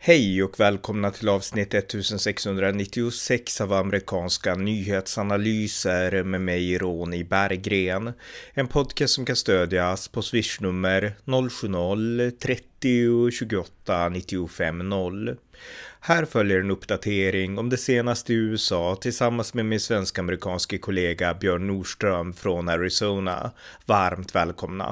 Hej och välkomna till avsnitt 1696 av amerikanska nyhetsanalyser med mig Ronny Berggren. En podcast som kan stödjas på swishnummer 070-30 28 95 0. Här följer en uppdatering om det senaste i USA tillsammans med min svensk-amerikanske kollega Björn Nordström från Arizona. Varmt välkomna.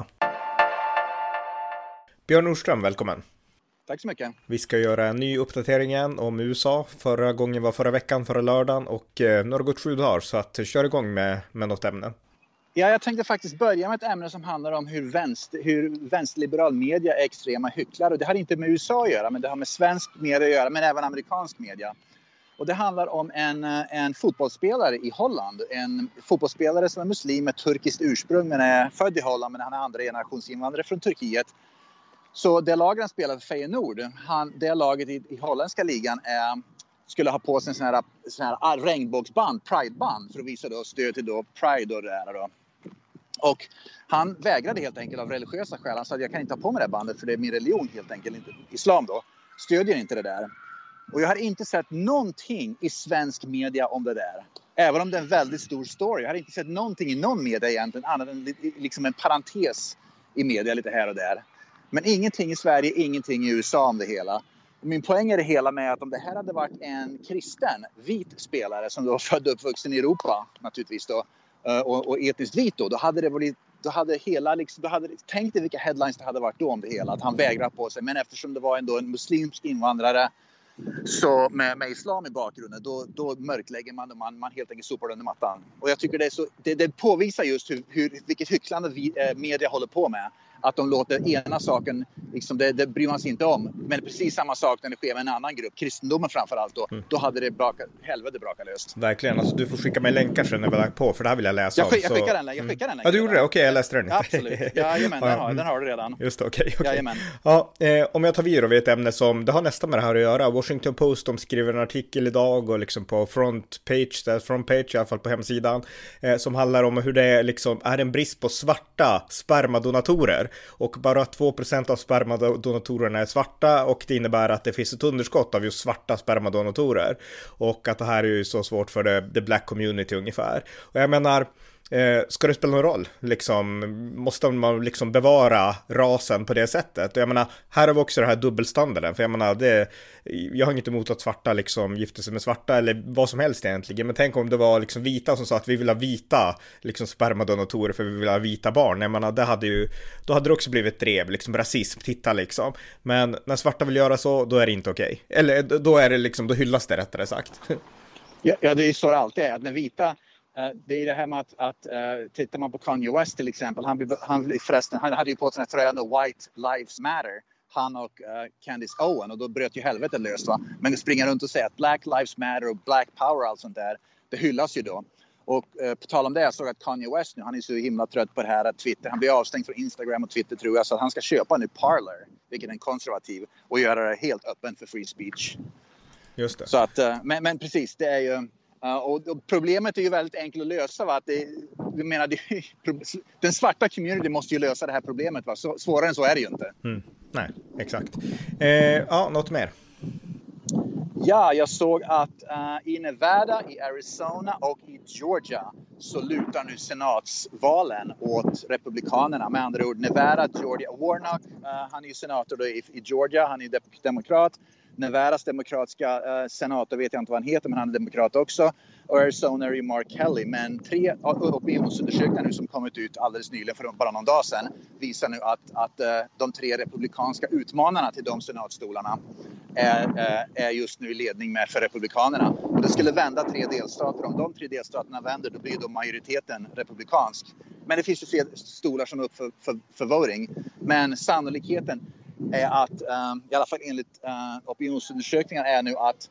Björn Nordström, välkommen. Tack så mycket. Vi ska göra en ny uppdatering igen om USA. Förra gången var förra veckan, förra lördagen och nu har det gått 7 dagar så att kör igång med något ämne. Ja, jag tänkte faktiskt börja med ett ämne som handlar om hur vänsterliberal media är extrema hycklare. Och det har inte med USA att göra, men det har med svensk media att göra, men även amerikansk media. Och det handlar om en fotbollsspelare i Holland. En fotbollsspelare som är muslim med turkiskt ursprung men är född i Holland, men han är andra generations invandrare från Turkiet. Så det laget han spelar för Feyenoord, det laget i holländska ligan skulle ha på sig en sån här regnbågsband, prideband, för att visa då stöd till då Pride och det där då. Och han vägrade helt enkelt av religiösa skäl. Han sa att jag kan inte ha på mig det här bandet för det är min religion helt enkelt, inte islam då. Stödjer inte det där. Och jag har inte sett någonting i svensk media om det där. Även om det är en väldigt stor story. Jag har inte sett någonting i någon media egentligen, annat än liksom en parentes i media lite här och där. Men ingenting i Sverige, ingenting i USA om det hela. Min poäng är det hela med att om det här hade varit en kristen, vit spelare som då var född och uppvuxen i Europa naturligtvis då, och etniskt vit då hade det varit, tänk dig vilka headlines det hade varit då om det hela, att han vägrar på sig. Men eftersom det var ändå en muslimsk invandrare så med islam i bakgrunden, då mörklägger man och man helt enkelt sopar under mattan. Och jag tycker det påvisar just vilket hycklande media håller på med. Att de låter ena saken, liksom det bryr man sig inte om. Men precis samma sak när det sker med en annan grupp, kristendomen framförallt då. Då hade det helvete brakat löst. Verkligen, alltså du får skicka mig länkar sen när vi lagt på, för det här vill jag läsa om. Jag skickar den. Ja, du gjorde det? Okej, jag läste den. Absolut, jajamän, den har du redan. Just det, okej. Jajamän. Ja, om jag tar vid då vid ett ämne som, det har nästan med det här att göra. Washington Post, de skriver en artikel idag och liksom på front page i alla fall på hemsidan, som handlar om hur det liksom är en brist på svarta spermadonatorer. Och bara 2% av spermadonatorerna är svarta, och det innebär att det finns ett underskott av just svarta spermadonatorer. Och att det här är ju så svårt för the black community ungefär. Och jag menar, ska det spela någon roll? Liksom, måste man liksom bevara rasen på det sättet? Och jag menar, här har vi också det här dubbelstandarden. För jag menar, jag har inget emot att svarta liksom gifter sig med svarta eller vad som helst egentligen. Men tänk om det var liksom vita som sa att vi vill ha vita liksom spermadonatorer för vi vill ha vita barn. Jag menar, då hade det också blivit drev, liksom rasism, titta liksom. Men när svarta vill göra så, då är det inte okej. Eller då är det liksom, då hyllas det rättare sagt. Ja, det är så det alltid är. Att när vita, det är det här med att tittar man på Kanye West till exempel. Han hade ju på sig den här tröjan White Lives Matter. Han och Candace Owen. Och då bröt ju helvetet löst, va. Men att springa runt och säga att Black Lives Matter och Black Power och allt sånt där, det hyllas ju då. Och på tal om det, jag såg att Kanye West nu, han är så himla trött på det här Twitter. Han blir avstängd från Instagram och Twitter tror jag. Så att han ska köpa nu Parler, vilket är en konservativ. Och göra det helt öppen för free speech. Just det. Så att, men precis, det är ju... Och problemet är ju väldigt enkelt att lösa, va? Att den svarta community måste ju lösa det här problemet, va? Så, svårare än så är det ju inte. Nej, exakt. Något mer? Ja, jag såg att i Nevada, i Arizona och i Georgia så lutar nu senatsvalen åt republikanerna. Med andra ord, Nevada, Georgia, Warnock, han är ju senator då i Georgia, han är demokrat. Nevadas demokratiska senator vet jag inte vad han heter, men han är demokrat också. Och Arizona är ju Mark Kelly. Men 3 opinionsundersökningar nu som kommit ut alldeles nyligen för bara någon dag sedan visar nu att de 3 republikanska utmanarna till de senatstolarna är just nu i ledning med för republikanerna. Och det skulle vända 3 delstater. Om de 3 delstaterna vänder, då blir då majoriteten republikansk. Men det finns ju fler stolar som är upp för voting. Men sannolikheten är att, i alla fall enligt opinionsundersökningar, är nu att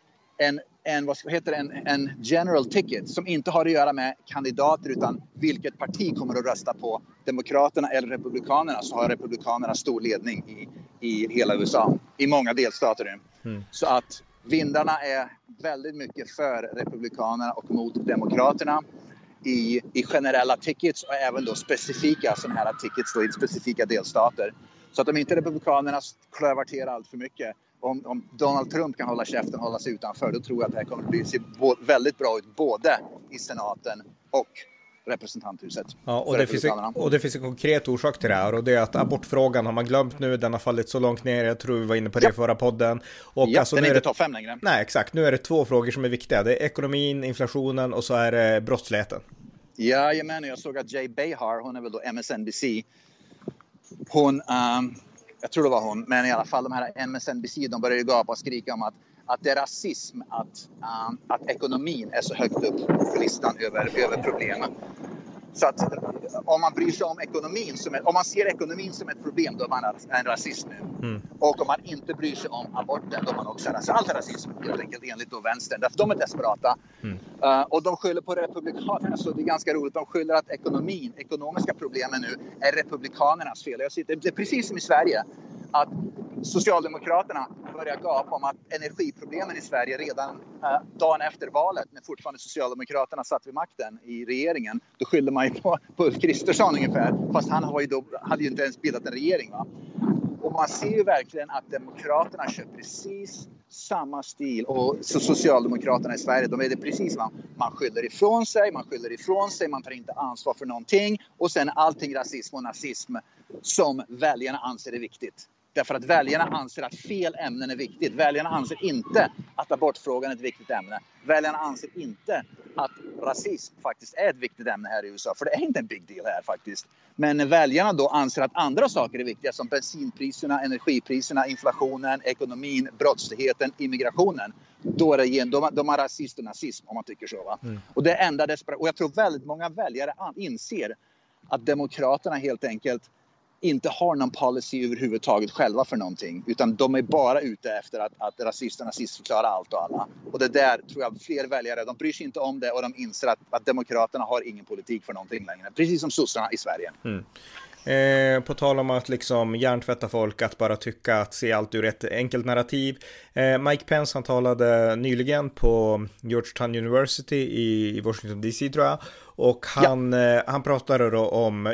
en general ticket som inte har att göra med kandidater utan vilket parti kommer att rösta på, Demokraterna eller Republikanerna, så har Republikanerna stor ledning i hela USA, i många delstater nu. Så att vindarna är väldigt mycket för Republikanerna och mot Demokraterna i generella tickets och även då specifika sådana här tickets då i specifika delstater. Så att de inte republikanerna klövar till allt för mycket. om Donald Trump kan hålla käften och hålla sig utanför, då tror jag att det här kommer att se väldigt bra ut både i senaten och representanthuset. Ja, och det finns en konkret orsak till det här, och det är att abortfrågan har man glömt nu, den har fallit så långt ner, jag tror vi var inne på det i förra podden. Och alltså, den är inte topp 5 längre. Nej, exakt. Nu är det 2 frågor som är viktiga. Det är ekonomin, inflationen och så är det brottsligheten. Jajamän, jag såg att Jay Behar, hon är väl då MSNBC, hon, jag tror det var hon, men i alla fall de här MSNBC, de börjar ju gapa och skrika om att det är rasism att ekonomin är så högt upp på listan över problemen. Så att om man bryr sig om ekonomin, om man ser ekonomin som ett problem, då är man en rasist nu. Mm. Och om man inte bryr sig om aborten, då är man också allt rasism, helt enkelt, enligt då vänstern. Därför de är desperata. Mm. Och de skyller på republikanerna, så det är ganska roligt. De skyller att ekonomiska problemen nu är republikanernas fel. Det är precis som i Sverige, att Socialdemokraterna börjar gapa om att energiproblemen i Sverige redan dagen efter valet, när fortfarande Socialdemokraterna satt vid makten i regeringen, då skyllde man ju på Ulf Kristersson ungefär, fast han hade ju inte ens bildat en regering, va? Och man ser ju verkligen att Demokraterna kör precis samma stil, och så Socialdemokraterna i Sverige, de är det precis vad man skyller ifrån sig, man tar inte ansvar för någonting, och sen allting rasism och nazism som väljarna anser är viktigt. Därför att väljarna anser att fel ämnen är viktigt. Väljarna anser inte att abortfrågan är ett viktigt ämne. Väljarna anser inte att rasism faktiskt är ett viktigt ämne här i USA. För det är inte en big deal här faktiskt. Men väljarna då anser att andra saker är viktiga, som bensinpriserna, energipriserna, inflationen, ekonomin, brottsligheten, immigrationen. Då är det de är rasist och nazism, om man tycker så, va? Mm. Och det enda och jag tror väldigt många väljare inser att Demokraterna helt enkelt inte har någon policy överhuvudtaget själva för någonting, utan de är bara ute efter att rasister och nazister förklarar allt och alla. Och det där tror jag fler väljare, de bryr sig inte om det, och de inser att Demokraterna har ingen politik för någonting längre, precis som sossarna i Sverige. Mm. På tal om att liksom hjärntvätta folk, att bara tycka att se allt ur ett enkelt narrativ. Mike Pence, han talade nyligen på Georgetown University i Washington DC, tror jag. Och han pratade då om,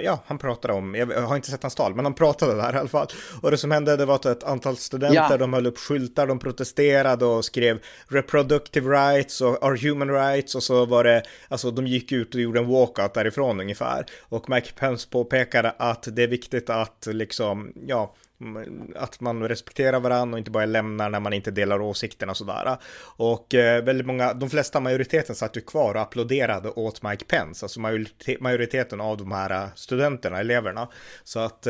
jag har inte sett hans tal, men han pratade där i alla fall. Och det som hände, det var att ett antal studenter, de höll upp skyltar, de protesterade och skrev reproductive rights och our human rights, och så var det, alltså de gick ut och gjorde en walkout därifrån ungefär. Och Mike Pence påpekade att det är viktigt att liksom, att man respekterar varandra och inte bara lämnar när man inte delar åsikterna och sådär. Och väldigt många, majoriteten satt ju kvar och applåderade åt Mike Pence, alltså majoriteten av de här studenterna, eleverna. Så att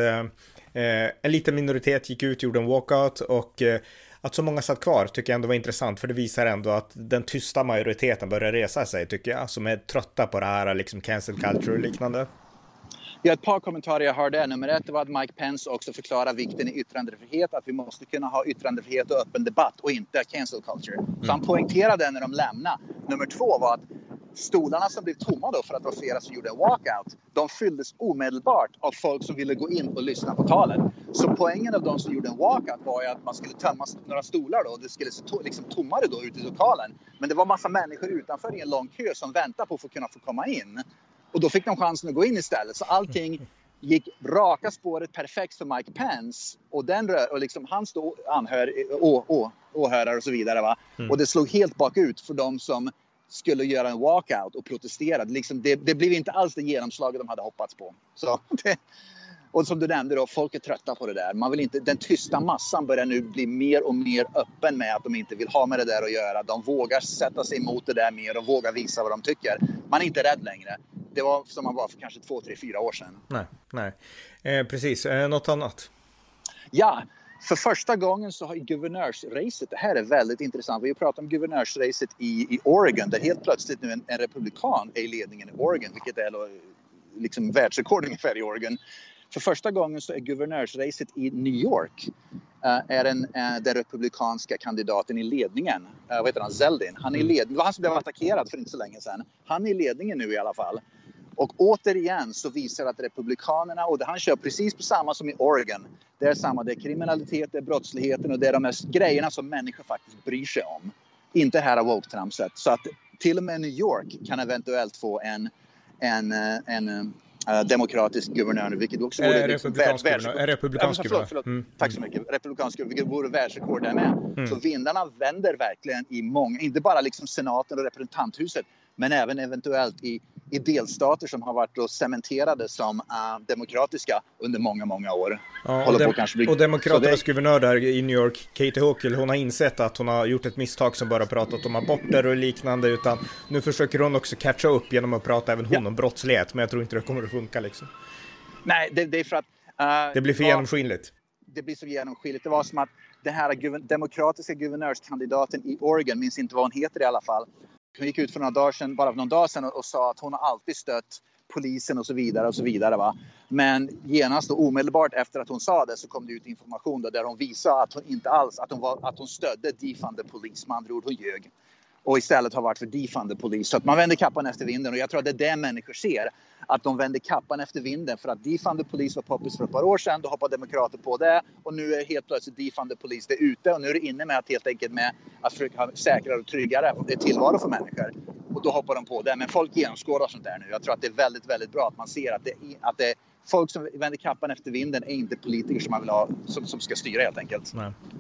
en liten minoritet gick ut, gjorde en walkout, och att så många satt kvar tycker jag ändå var intressant, för det visar ändå att den tysta majoriteten börjar resa sig, tycker jag, som är trötta på det här liksom cancel culture och liknande. Ja, ett par kommentarer jag hörde. Nummer 1 var att Mike Pence också förklarar vikten i yttrandefrihet, att vi måste kunna ha yttrandefrihet och öppen debatt och inte cancel culture. Så han poängterade det när de lämnade. Nummer 2 var att stolarna som blev tomma då, för att det var flera som gjorde en walkout, de fylldes omedelbart av folk som ville gå in och lyssna på talet. Så poängen av de som gjorde en walkout var ju att man skulle tömma några stolar då, och det skulle se liksom tommare då ute i lokalen. Men det var massa människor utanför i en lång kö som väntade på att kunna få komma in. Och då fick de chansen att gå in istället. Så allting gick raka spåret perfekt för Mike Pence. Och liksom hans åhörare och så vidare, va? Och det slog helt bakut för de som skulle göra en walkout och protestera. Liksom det blev inte alls det genomslaget de hade hoppats på. Så och som du nämnde då, folk är trötta på det där. Man vill inte, den tysta massan börjar nu bli mer och mer öppen med att de inte vill ha med det där att göra. De vågar sätta sig emot det där mer och vågar visa vad de tycker. Man är inte rädd längre. Det var som man var för kanske 2, 3, 4 år sedan. Nej. Precis. Något annat? Ja, för första gången så har guvernörsracet, det här är väldigt intressant. Vi har pratat om guvernörsracet i Oregon, där helt plötsligt nu en republikan är i ledningen i Oregon, vilket är liksom världsrekord ungefär i Oregon. För första gången så är guvernörsracet i New York den republikanska kandidaten i ledningen. Vad heter han? Zeldin. Han är i ledning. Det var han som blev attackerad för inte så länge sedan. Han är i ledningen nu i alla fall. Och återigen så visar att republikanerna, och han kör precis på samma som i Oregon. Det är samma, det är kriminalitet, det är brottsligheten, och det är de här grejerna som människor faktiskt bryr sig om. Inte här av woke-tramset. Så att till och med New York kan eventuellt få en demokratisk guvernör, vilket också vore republikansk guvernör. Tack så mycket. Republikansk guvernör, vilket vore världsrekord där med. Så vindarna vänder verkligen i många, inte bara liksom senaten och representanthuset, men även eventuellt i delstater som har varit då cementerade som demokratiska under många år. Ja, och demokraternas guvernör där i New York, Katie Hochul, hon har insett att hon har gjort ett misstag som bara pratat om aborter och liknande, utan nu försöker hon också catcha upp genom att prata även hon om brottslighet, men jag tror inte det kommer att funka liksom. Nej, det är för att... det blir för genomskinligt. Det blir så genomskinligt. Det var som att den här demokratiska guvernörskandidaten i Oregon, minns inte vad hon heter i alla fall, hon gick ut för bara någon dag sedan och sa att hon har alltid stött polisen och så vidare. Va? Men genast och omedelbart efter att hon sa det så kom det ut information där hon visade att hon inte alls, att hon stödde defund the police, med andra ord hon ljög. Och istället har varit för defund the police. Så att man vänder kappan efter vinden, och jag tror att det är det människor ser. Att de vänder kappan efter vinden, för att defund the police var poppis för ett par år sedan, då hoppade demokrater på det, och nu är helt plötsligt defund the police det ute, och nu är det inne med att helt enkelt med att försöka ha säkrare och tryggare tillvaro för människor, och då hoppar de på det. Men folk genomskådar sånt där nu. Jag tror att det är väldigt, väldigt bra att man ser att det folk som vänder kappan efter vinden är inte politiker som man vill ha som ska styra helt enkelt.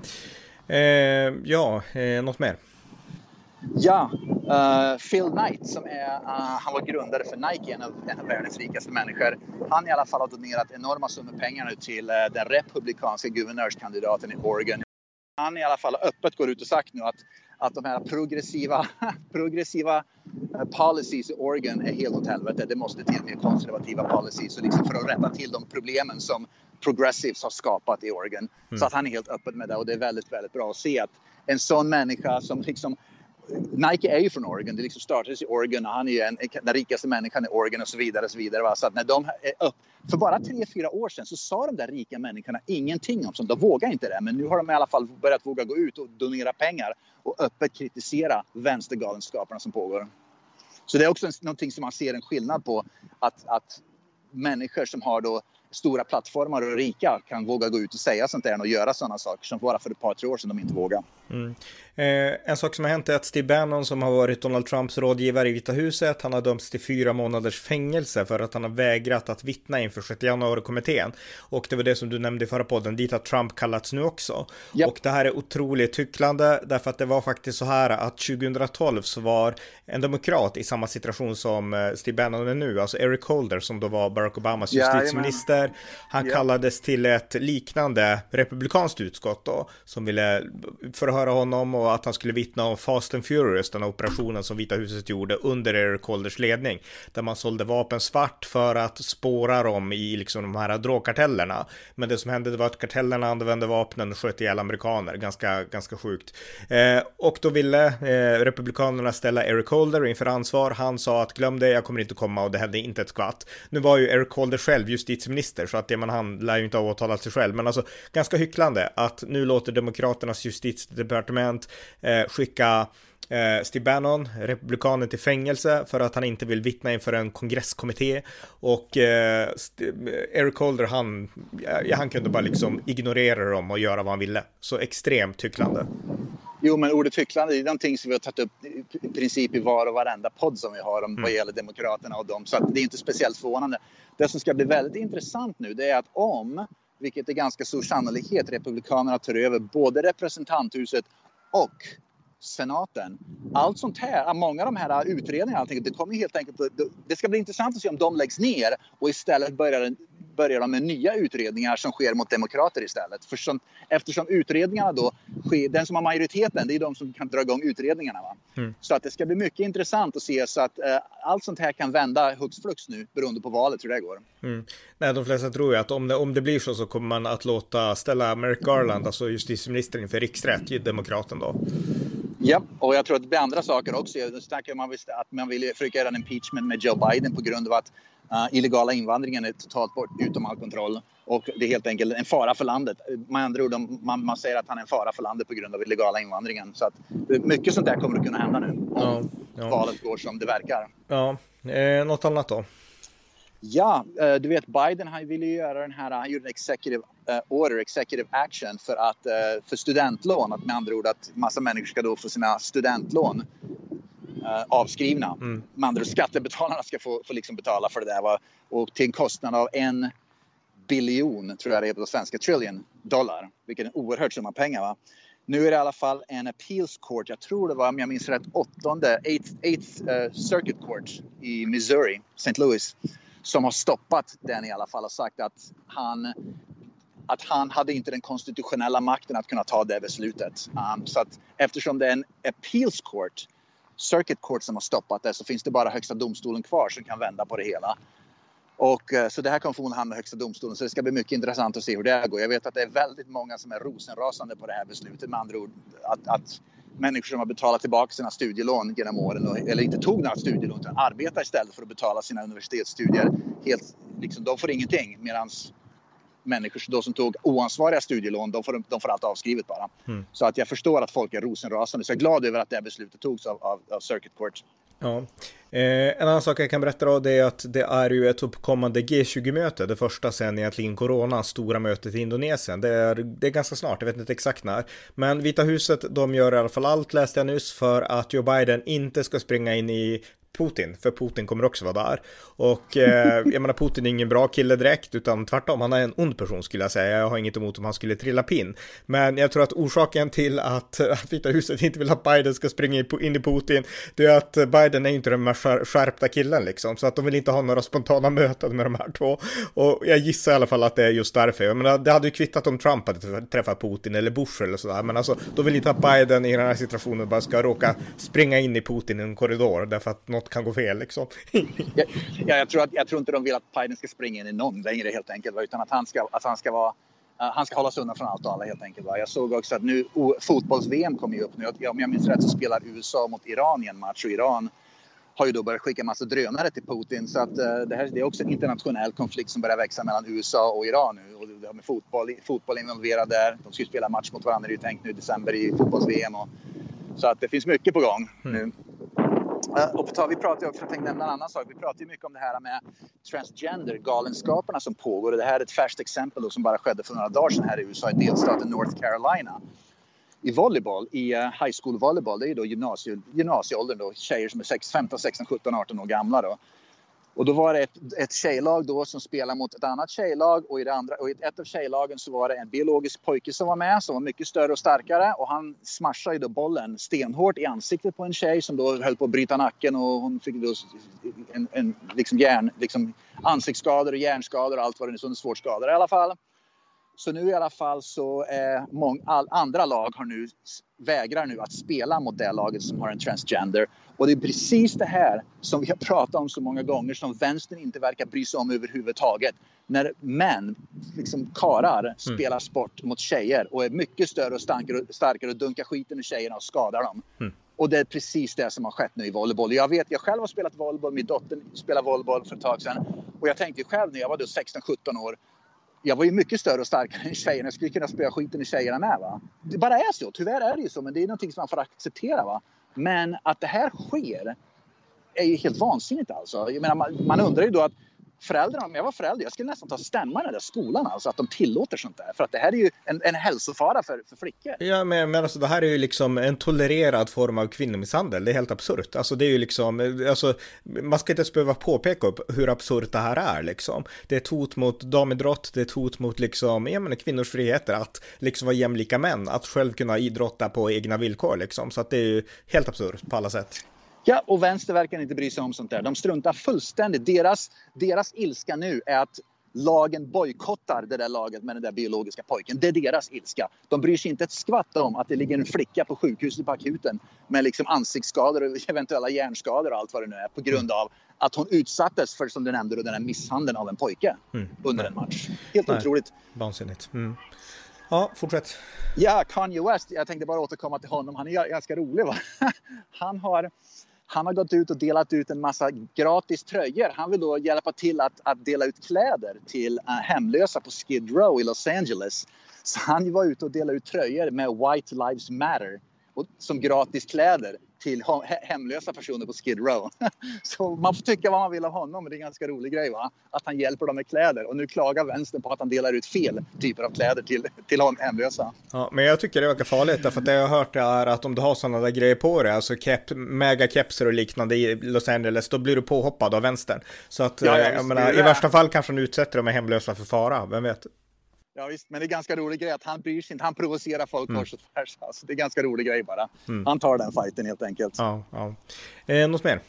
Nej. Något mer? Ja, Phil Knight som han var grundare för Nike, en av världens rikaste människor. Han i alla fall har donerat enorma summor pengar nu till den republikanska guvernörskandidaten i Oregon. Han i alla fall öppet går ut och sagt nu att de här progressiva policies i Oregon är helt åt helvete. Det måste till mer konservativa policies, och liksom för att rätta till de problemen som progressives har skapat i Oregon. Så att han är helt öppen med det, och det är väldigt, väldigt bra att se att en sån människa som liksom... Nike är ju från Oregon, det liksom startades i Oregon, och han är ju den rikaste människan i Oregon och så vidare. Va? Så att när de för bara 3-4 år sedan så sa de där rika människorna ingenting om sånt. De vågar inte det, men nu har de i alla fall börjat våga gå ut och donera pengar och öppet kritisera vänstergalenskaperna som pågår. Så det är också någonting som man ser en skillnad på, att människor som har då stora plattformar och rika kan våga gå ut och säga sånt där och göra sådana saker som bara för ett par, 3 år sedan de inte vågade. En sak som har hänt är att Steve Bannon, som har varit Donald Trumps rådgivare i Vita huset, han har dömts till 4 månaders fängelse för att han har vägrat att vittna inför 6 januari-kommittén. Och det var det som du nämnde i förra podden, dit har Trump kallats nu också. Yep. Och det här är otroligt hycklande, därför att det var faktiskt så här att 2012 så var en demokrat i samma situation som Steve Bannon är nu, alltså Eric Holder, som då var Barack Obamas justitieminister. Han kallades till ett liknande republikanskt utskott då, som ville förhöra honom och att han skulle vittna om Fast and Furious, den operationen som Vita huset gjorde under Eric Holders ledning, där man sålde vapen svart för att spåra dem i liksom de här drogkartellerna. Men det som hände var att kartellerna använde vapnen och sköt ihjäl amerikaner, ganska sjukt. Och då ville republikanerna ställa Eric Holder inför ansvar. Han sa att glöm det, jag kommer inte komma, och det hände inte ett skvatt. Nu var ju Eric Holder själv justitieminister, så att han lär ju inte ha åtalat sig själv, men alltså ganska hycklande att nu låter demokraternas justitiedepartement skicka Steve Bannon, republikanen, till fängelse för att han inte vill vittna inför en kongresskommitté, och Eric Holder han kunde bara liksom ignorera dem och göra vad han ville. Så extremt hycklande. Jo, men ordet hycklande är någonting som vi har tagit upp i princip i var och varenda podd som vi har om vad gäller demokraterna och dem, så att det är inte speciellt förvånande. Det som ska bli väldigt intressant nu, det är att vilket är ganska stor sannolikhet, republikanerna tar över både representanthuset och senaten. Allt sånt här, många av de här utredningarna, det kommer helt enkelt, det ska bli intressant att se om de läggs ner och istället börjar de med nya utredningar som sker mot demokrater istället. Eftersom utredningarna då sker, den som har majoriteten, det är de som kan dra igång utredningarna. Va? Så att det ska bli mycket intressant att se, så att allt sånt här kan vända hux flux nu beroende på valet hur det går. Nej, de flesta tror ju att om det blir så kommer man att ställa Merrick Garland, alltså justitieministern, inför riksrätt, demokraten då. Ja, och jag tror att det blir andra saker också. Nu snackar man att man vill försöka göra en impeachment med Joe Biden på grund av att illegala invandringen är totalt utom all kontroll. Och det är helt enkelt en fara för landet. Med andra ord, man säger att han är en fara för landet på grund av illegala invandringen. Så att mycket sånt där kommer att kunna hända nu om valet går som det verkar. Ja, något annat då? Ja, du vet, Biden han ville göra han gjorde en executive action för studentlån, att med andra ord att massa människor ska då få sina studentlån avskrivna. Med andra skattebetalarna ska få liksom betala för det där. Va? Och till en kostnad av 1 biljon, tror jag det är på svenska, trillion dollar. Vilket är en oerhört summa pengar. Va? Nu är det i alla fall en appeals court, jag tror det var, om jag minns rätt, 8th Circuit Court i Missouri, St. Louis, som har stoppat den i alla fall och sagt att han hade inte den konstitutionella makten att kunna ta det beslutet. Så att eftersom det är en appeals court, circuit court, som har stoppat det, så finns det bara högsta domstolen kvar som kan vända på det hela. Och så det här kommer förmodligen hamna i högsta domstolen, så det ska bli mycket intressant att se hur det går. Jag vet att det är väldigt många som är rosenrasande på det här beslutet, med andra ord att människor som har betalat tillbaka sina studielån genom åren, eller inte tog några studielån utan arbetar istället för att betala sina universitetsstudier, helt, liksom, de får ingenting, medan människor då som tog oansvariga studielån, de får allt avskrivet bara. Så att jag förstår att folk är rosenrasande, så jag är glad över att det här beslutet togs av Circuit Court. Ja. En annan sak jag kan berätta då, det är att det är ju ett uppkommande G20-möte, det första sen egentligen corona, stora mötet i Indonesien. Det är ganska snart, jag vet inte exakt när. Men Vita huset, de gör i alla fall allt, läste jag nyss, för att Joe Biden inte ska springa in i Putin, för Putin kommer också vara där. Och jag menar, Putin är ingen bra kille direkt, utan tvärtom, han är en ond person skulle jag säga. Jag har inget emot om han skulle trilla pinn. Men jag tror att orsaken till att Vita huset inte vill att Biden ska springa in i Putin, det är att Biden är inte den mest skärpta killen liksom. Så att de vill inte ha några spontana möten med de här två. Och jag gissar i alla fall att det är just därför. Jag menar, det hade ju kvittat om Trump hade träffat Putin eller Bush eller sådär. Men alltså, de vill inte att Biden i den här situationen bara ska råka springa in i Putin i en korridor, därför att något kan gå fel liksom. Jag tror inte de vill att Biden ska springa in i någon längre helt enkelt, utan att han ska hålla sig undan från allt och alla helt enkelt. Jag såg också att nu fotbolls-VM kommer ju upp nu. Om jag minns rätt så spelar USA mot Iran i en match, och Iran har ju då börjat skicka massa drönare till Putin, så att det är också en internationell konflikt som börjar växa mellan USA och Iran nu, och det har med fotboll involverad där. De ska ju spela match mot varandra, det är ju tänkt nu i december i fotbolls-VM, så att det finns mycket på gång nu. Och vi pratar ju också, jag tänkte nämna en annan sak. Vi pratar ju mycket om det här med transgender-galenskaperna som pågår. Och det här är ett färskt exempel då, som bara skedde för några dagar sedan här i USA, i delstaten North Carolina. I volleyboll, i high school volleyboll, det är ju då gymnasieåldern då, tjejer som är 15, 16, 17, 18 år gamla då. Och då var det ett tjejlag då som spelade mot ett annat tjejlag, och i ett av tjejlagen så var det en biologisk pojke som var med, som var mycket större och starkare, och han smashade ju då bollen stenhårt i ansiktet på en tjej som då höll på att bryta nacken, och hon fick då ansiktsskador och hjärnskador och allt vad det är, så svårt skador i alla fall. Så nu i alla fall så andra lag vägrar nu att spela mot det laget som har en transgender. Och det är precis det här som vi har pratat om så många gånger, som vänstern inte verkar bry sig om överhuvudtaget. När män, liksom karar, spelar sport mot tjejer och är mycket större och starkare och dunkar skiten ur tjejerna och skadar dem. Och det är precis det som har skett nu i volleyboll. Jag själv har spelat volleyboll, min dotter spelade volleyboll för ett tag sedan. Och jag tänkte själv när jag var då 16-17 år, jag var ju mycket större och starkare än tjejerna. Jag skulle kunna spela skiten i tjejerna med, va? Det bara är så. Tyvärr är det ju så. Men det är någonting som man får acceptera, va? Men att det här sker är ju helt vansinnigt alltså. Jag menar, man undrar ju då att föräldrarna, om jag var förälder, jag skulle nästan ta stämma i den där skolan alltså, att de tillåter sånt där. För att det här är ju en hälsofara för flickor. Ja, men alltså det här är ju liksom en tolererad form av kvinnomisshandel. Det är helt absurt. Alltså det är ju liksom, alltså man ska inte ens behöva påpeka upp hur absurt det här är liksom. Det är ett hot mot damidrott, det är ett hot mot liksom, jag menar, kvinnors friheter att liksom vara jämlika män, att själv kunna idrotta på egna villkor liksom. Så att det är ju helt absurt på alla sätt. Ja, och vänster verkar inte bry sig om sånt där. De struntar fullständigt. Deras ilska nu är att lagen bojkottar det där laget med den där biologiska pojken. Det är deras ilska. De bryr sig inte ett skvatt om att det ligger en flicka på sjukhuset på akuten med liksom ansiktsskador och eventuella hjärnskador och allt vad det nu är, på grund av att hon utsattes för, som du nämnde, den här misshandeln av en pojke under en match. Helt otroligt. Vansinnigt. Ja, fortsätt. Ja, Kanye West. Jag tänkte bara återkomma till honom. Han är ganska rolig, va? Han har gått ut och delat ut en massa gratis tröjor. Han vill då hjälpa till att dela ut kläder till hemlösa på Skid Row i Los Angeles. Så han var ute och delade ut tröjor med White Lives Matter som gratis kläder till hemlösa personer på Skid Row. Så man får tycka vad man vill av honom, men det är en ganska rolig grej, va? Att han hjälper dem med kläder. Och nu klagar vänstern på att han delar ut fel typer av kläder till hemlösa. Ja, men jag tycker det verkar farligt, därför att det jag har hört är att om du har sådana där grejer på dig, alltså mega-kepser och liknande i Los Angeles, då blir du påhoppad av vänstern. Så att, jag menar, i värsta fall kanske han utsätter dem med hemlösa för fara, vem vet? Ja visst, men det är ganska rolig grej att han bryr sig inte, han provocerar folk kors och tvärs. Alltså, det är ganska rolig grej bara. Han tar den fighten helt enkelt. Ja. Något mer?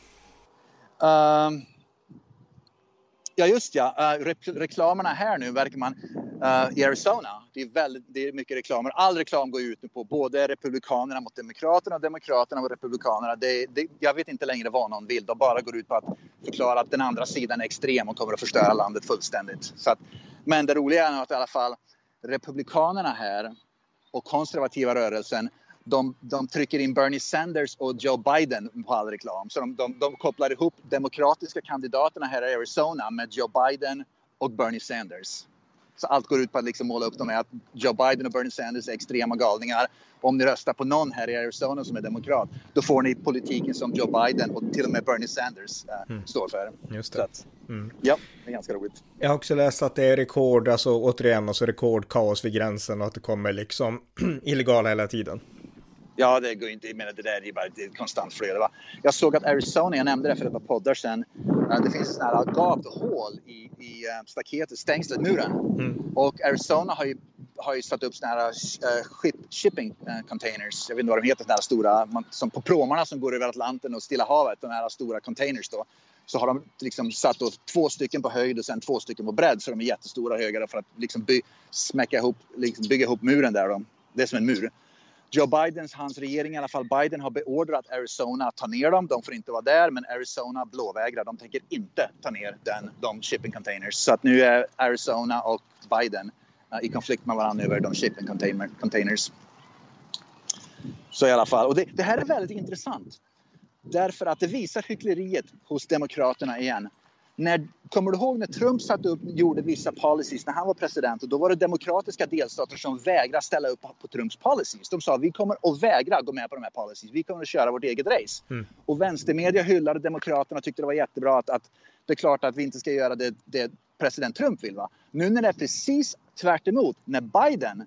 Ja just ja, reklamerna här nu verkar man i Arizona, det är mycket reklamer. All reklam går ut nu på både republikanerna mot demokraterna och demokraterna mot republikanerna. Jag vet inte längre vad någon vill, de bara går ut på att förklara att den andra sidan är extrem och kommer att förstöra landet fullständigt. Så att, men det roliga är att i alla fall republikanerna här och konservativa rörelsen, de trycker in Bernie Sanders och Joe Biden på all reklam. Så de kopplar ihop demokratiska kandidaterna här i Arizona med Joe Biden och Bernie Sanders. Så allt går ut på att liksom måla upp dem med att Joe Biden och Bernie Sanders är extrema galningar. Om ni röstar på någon här i Arizona som är demokrat, då får ni politiken som Joe Biden och till och med Bernie Sanders står för. Just det. Så att, ja, det är ganska roligt. Jag har också läst att det är rekordkaos vid gränsen och att det kommer liksom illegala hela tiden. Ja, det går inte. Jag menar, det där är bara ett konstant flöde, va? Jag såg att Arizona, jag nämnde det för ett par poddar sedan, det finns sådana här gap och hål i staketet, stängslet, muren. Och Arizona har ju satt upp sådana här shipping containers. Jag vet inte vad de heter, sådana här stora, som på pråmarna som går över Atlanten och Stilla havet, de här stora containers då. Så har de liksom satt då 2 stycken på höjd och sen 2 stycken på bredd, så de är jättestora högar för att liksom bygga ihop muren där då. Det är som en mur. Joe Bidens, hans regering i alla fall, Biden har beordrat Arizona att ta ner dem. De får inte vara där, men Arizona blåvägrar. De tänker inte ta ner de shipping containers. Så att nu är Arizona och Biden i konflikt med varandra över de shipping containers. Så i alla fall. Och det här är väldigt intressant. Därför att det visar hyckleriet hos demokraterna igen. Kommer du ihåg när Trump gjorde vissa policies när han var president, och då var det demokratiska delstater som vägrade ställa upp på Trumps policies. De sa vi kommer att vägra gå med på de här policies. Vi kommer att köra vårt eget race. Och vänstermedia hyllade demokraterna och tyckte det var jättebra att det är klart att vi inte ska göra det president Trump vill, va? Nu när det är precis tvärt emot, när Biden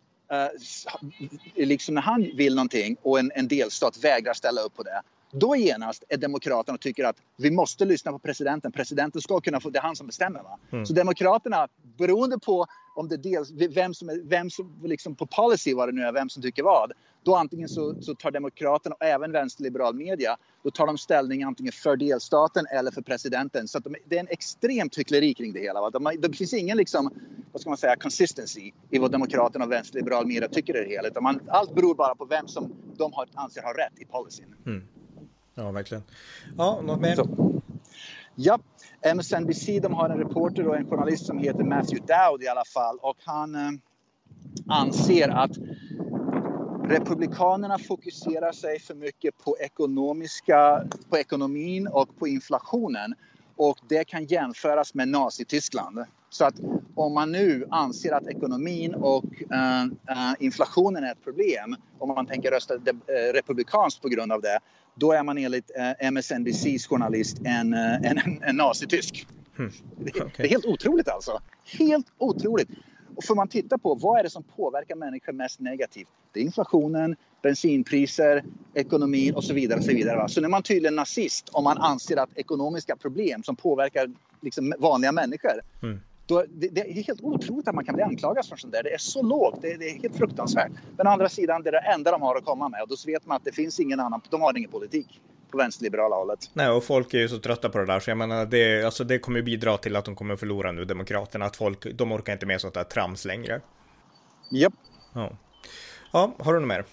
liksom när han vill någonting och en delstat vägrar ställa upp på det, då genast är demokraterna och tycker att vi måste lyssna på presidenten. Presidenten ska kunna få, det är han som bestämmer, va? Så demokraterna, beroende på om det vem som liksom på policy vad det nu är, vem som tycker vad, då antingen så tar demokraterna och även vänsterliberal media, då tar de ställning antingen för delstaten eller för presidenten. Så att det är en extremt hyckleri kring det hela, va? Det finns ingen liksom, vad ska man säga, consistency i vad demokraterna och vänsterliberal media tycker är det hela. Utan allt beror bara på vem som de anser har rätt i policyn. Ja, verkligen. Ja, något mer? Ja, MSNBC, de har en reporter och en journalist som heter Matthew Dowd i alla fall. Och han anser att republikanerna fokuserar sig för mycket på ekonomin och på inflationen. Och det kan jämföras med Nazityskland. Så att om man nu anser att ekonomin och inflationen är ett problem, om man tänker rösta republikanskt på grund av det, då är man enligt MSNBCs journalist en nazitysk. Det är helt otroligt alltså. Helt otroligt. Och får man titta på vad är det som påverkar människor mest negativt? Det är inflationen, bensinpriser, ekonomin och så vidare. Och så vidare, va? Så när man tydligen nazist, om man anser att ekonomiska problem som påverkar liksom vanliga människor, då, det är helt otroligt att man kan bli anklagad för sånt där. Det är så lågt, det är helt fruktansvärt. Men å andra sidan, det är det enda de har att komma med. Och då vet man att det finns ingen annan, de har ingen politik på vänsterliberala hållet. Nej, och folk är ju så trötta på det där, så jag menar, det kommer ju bidra till att de kommer förlora nu, demokraterna, att de orkar inte med sånt där trams längre. Japp. Ja, har du något mer?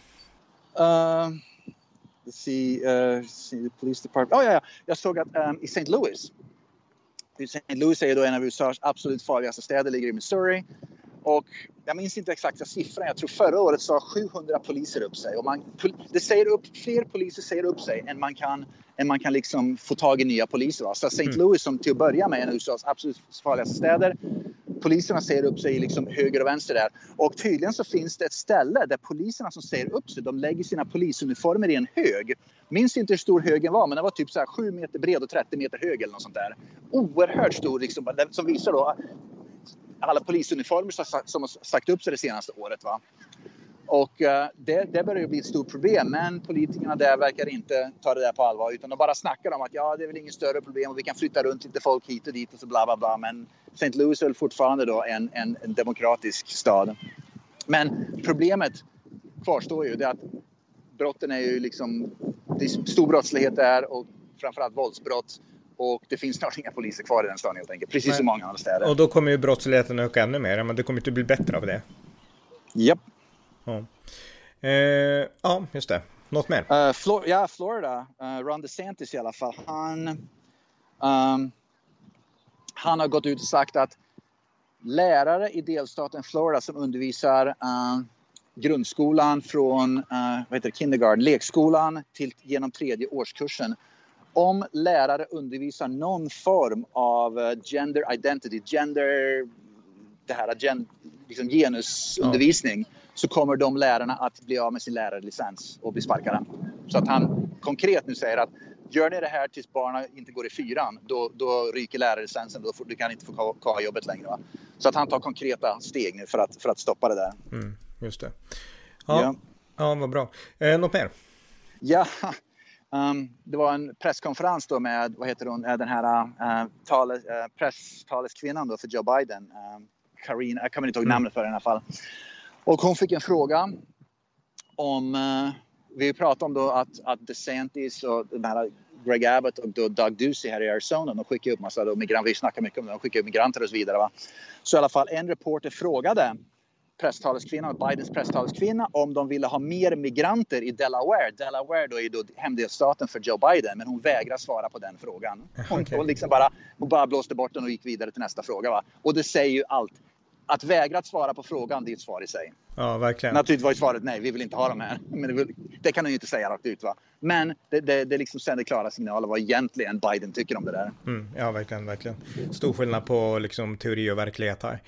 Police Department. Ja. Jag såg att i St. Louis. St. Louis är ju då en av USAs absolut farligaste städer, ligger i Missouri. Och jag minns inte exakta siffran. Jag tror förra året sa 700 poliser upp sig. Och fler poliser säger upp sig än man kan liksom få tag i nya poliser. Va? Så St. Louis, som till att börja med är en av USAs absolut farligaste städer. poliserna säger upp sig liksom höger och vänster där. Och tydligen så finns det ett ställe där poliserna som säger upp sig, de lägger sina polisuniformer i en hög. Minns inte hur stor högen var, men den var typ så här 7 meter bred och 30 meter hög eller något sånt där. Oerhört stor liksom, som visar då alla polisuniformer som har sagt upp sig det senaste året, va. Och det börjar ju bli ett stort problem, men politikerna där verkar inte ta det där på allvar, utan de bara snackar om att ja, det är väl ingen större problem och vi kan flytta runt lite folk hit och dit och så bla bla bla. Men St. Louis är väl fortfarande då en demokratisk stad. Men problemet kvarstår ju, det är att brotten är ju liksom, det är stor brottslighet där och framförallt våldsbrott. Och det finns snart inga poliser kvar i den staden helt enkelt, precis som många andra städer. Och då kommer ju brottsligheten öka ännu mer, men det kommer inte bli bättre av det. Japp. Ja. Ja, just det. Något mer? Florida. Ron DeSantis i alla fall. Han har gått ut och sagt att lärare i delstaten Florida som undervisar grundskolan från kindergarten, lekskolan till genom 3:e årskursen. Om lärare undervisar någon form av gender identity, liksom genusundervisning, så kommer de lärarna att bli av med sin lärarlicens och bli sparkade. Så att han konkret nu säger att gör ni det här tills barnen inte går i 4:an, då ryker lärarlicensen, du kan inte få kvar jobbet längre. Va? Så att han tar konkreta steg nu för att stoppa det där. Just det. Ja, vad bra. Något mer? Ja, det var en presskonferens då med, den här presstaleskvinnan då för Joe Biden, Karine, jag kommer inte ihåg namnet för i alla fall. Och hon fick en fråga om, vi pratade om då att DeSantis och den här Greg Abbott och då Doug Ducey här i Arizona, de skickar upp massa migranter, vi snackar mycket om det, de skickar upp migranter och så vidare, va. Så i alla fall en reporter frågade Bidens presstaleskvinna om de ville ha mer migranter i Delaware. Delaware då är då hemdelstaten för Joe Biden, men hon vägrar svara på den frågan. Hon bara blåste bort den och gick vidare till nästa fråga, va. Och det säger ju allt. Att vägra att svara på frågan, det är ett svar i sig. Ja, verkligen. Naturligtvis var svaret nej, vi vill inte ha dem här. Men det kan hon ju inte säga rakt ut, va. Men det liksom sänder klara signaler vad egentligen Biden tycker om det där. Ja, verkligen. Stor skillnad på liksom teori och verklighet här.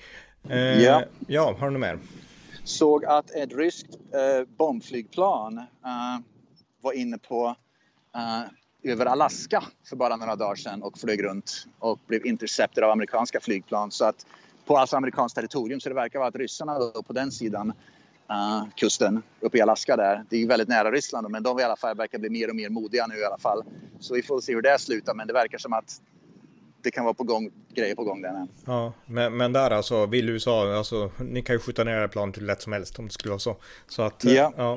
Ja, har du något mer? Såg att ett ryskt bombflygplan var inne på över Alaska för bara några dagar sedan och flög runt och blev intercepterad av amerikanska flygplan. Så att på alltså amerikanskt territorium, så det verkar vara att ryssarna då på den sidan kusten uppe i Alaska där, det är ju väldigt nära Ryssland, men de i alla fall verkar bli mer och mer modiga nu i alla fall. Så vi får se hur det slutar, men det verkar som att det kan vara grejer på gång där nu. Ja, men där alltså vill USA, alltså ni kan ju skjuta ner plan till lätt som helst om det skulle vara så. Så att, ja.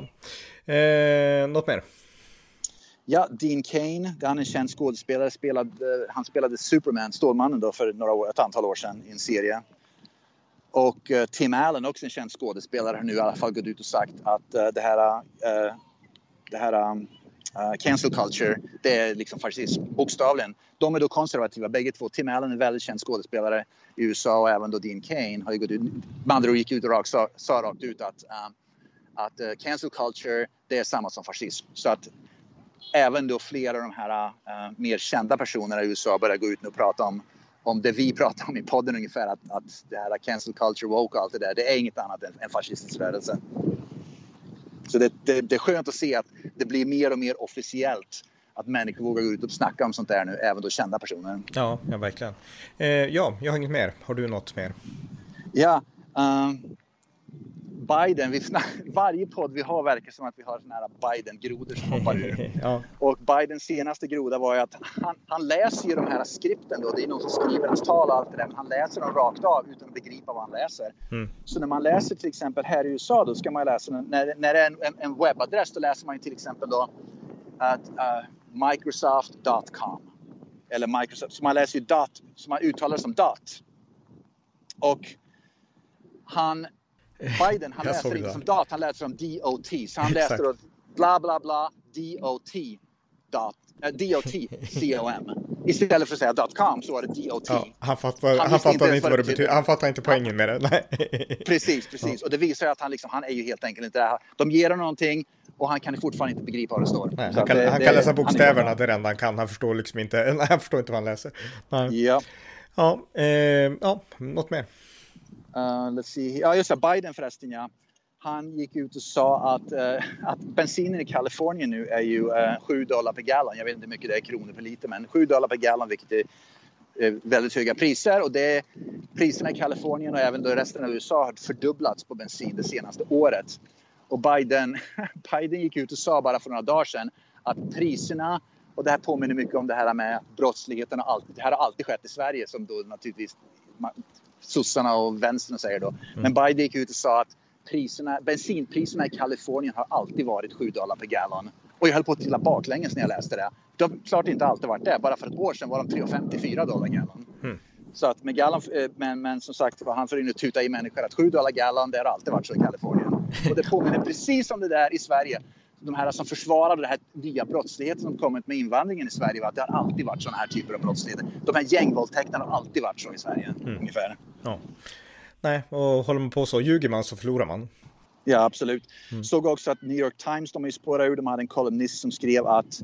Något mer? Ja, Dean Cain, han är en känd skådespelare, han spelade Superman, Stålmannen då för ett antal år sedan i en serie. Och Tim Allen, också en känd skådespelare, har nu i alla fall gått ut och sagt att det här cancel culture, det är liksom fascism, bokstavligen. De är då konservativa, bägge två. Tim Allen är en väldigt känd skådespelare i USA och även då Dean Cain har ju gått ut, med andra ord gick ut och sa rakt ut att cancel culture, det är samma som fascism. Så att även då flera av de här mer kända personerna i USA börjar gå ut nu och prata om det vi pratar om i podden ungefär, att det här cancel culture, woke och allt det där, det är inget annat än fascistisk rörelse. Så det är skönt att se att det blir mer och mer officiellt att människor vågar gå ut och snacka om sånt där nu, även då kända personer. Ja, verkligen. Ja, jag har inget mer. Har du något mer? Ja, Biden, varje podd vi har verkar som att vi har såna här Biden-grodor som hoppar ur. Ja. Och Bidens senaste groda var ju att han läser ju de här skripten då. Det är någon som skriver hans tal och allt det där. Men han läser dem rakt av utan att begripa vad han läser. Så när man läser till exempel här i USA, då ska man läsa, när det är en webbadress, då läser man ju till exempel då att Microsoft.com. Eller Microsoft, så man läser ju så man uttalar det som dot. Och Biden, han läser inte som dot, han läser som DOT. Så han läser då bla bla bla DOT.com. Istället för att säga .com så var det DOT. Ja, han fattar inte vad det betyder. Han fattar inte poängen med det. Nej. Precis. Ja. Och det visar att han är ju helt enkelt inte där. De ger honom någonting och han kan fortfarande inte begripa vad det står. Nej, han kan läsa bokstäverna, det är det enda han kan. Han förstår liksom inte, han förstår inte vad han läser. Nej. Ja. Ja, något mer. let's see. Ja, just det, Biden förresten, ja. Han gick ut och sa att bensinen i Kalifornien nu är ju $7 per gallon. Jag vet inte hur mycket det är kronor per liter, men $7 per gallon, vilket är väldigt höga priser. Och priserna i Kalifornien och även då resten av USA har fördubblats på bensin det senaste året. Och Biden gick ut och sa bara för några dagar sedan att priserna, och det här påminner mycket om det här med brottsligheten och allt. Det här har alltid skett i Sverige, som då naturligtvis sossarna och vänstern säger då. Men Biden gick ut och sa att bensinpriserna i Kalifornien har alltid varit $7 per gallon. Och jag höll på att trilla baklänges när jag läste det. De har klart inte alltid varit det. Bara för ett år sedan var de $3,54 gallon. Så att med gallon, men som sagt, han får in och tuta i människor att $7 gallon, det har alltid varit så i Kalifornien. Och det påminner precis om det där i Sverige. De här som försvarade det här nya brottsligheten som kommit med invandringen i Sverige, var att det har alltid varit sådana här typer av brottsligheter. De här gängvåldtäkterna har alltid varit så i Sverige, ungefär. Ja. Nej, och håller man på så, ljuger man så förlorar man. Ja, absolut. Såg också att New York Times, de har ju spårat ur, de hade en kolumnist som skrev att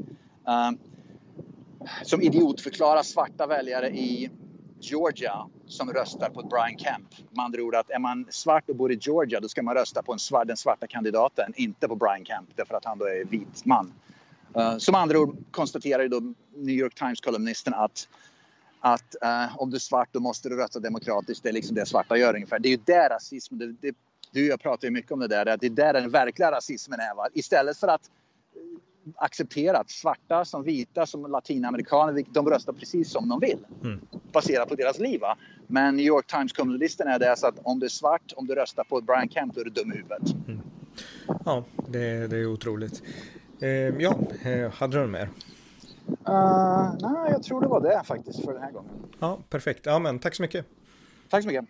som idiotförklara svarta väljare i Georgia som röstar på Brian Kemp. Man andra ord att är man svart och bor i Georgia, då ska man rösta på den svarta kandidaten, inte på Brian Kemp, därför att han då är vit man. Som andra ord konstaterar ju då New York Times-kolumnisten att om du är svart, då måste du rösta demokratiskt. Det är liksom det svarta gör ungefär. Det är ju där rasism, jag pratar ju mycket om det där, att det är där den verkliga rasismen är. Va? Istället för att acceptera att svarta som vita som latinamerikaner, de röstar precis som de vill. Baserat på deras liv. Va? Men New York Times-kolumnisten är det så att om du är svart, om du röstar på Brian Kemp, då är du dum i huvudet. Ja, det är otroligt. Hade du mer? Nej, jag tror det var det faktiskt för den här gången. Ja, perfekt. Ja, men tack så mycket. Tack så mycket.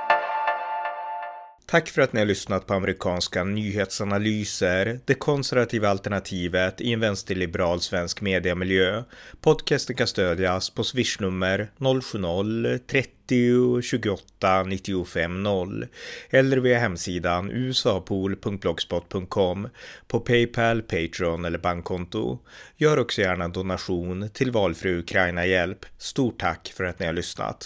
Tack för att ni har lyssnat på amerikanska nyhetsanalyser, det konservativa alternativet i en vänsterliberal svensk mediamiljö. Podcasten kan stödjas på swishnummer 070-30 28 95 0 eller via hemsidan usapool.blogspot.com, på PayPal, Patreon eller bankkonto. Gör också gärna en donation till valfri Ukraina-hjälp. Stort tack för att ni har lyssnat.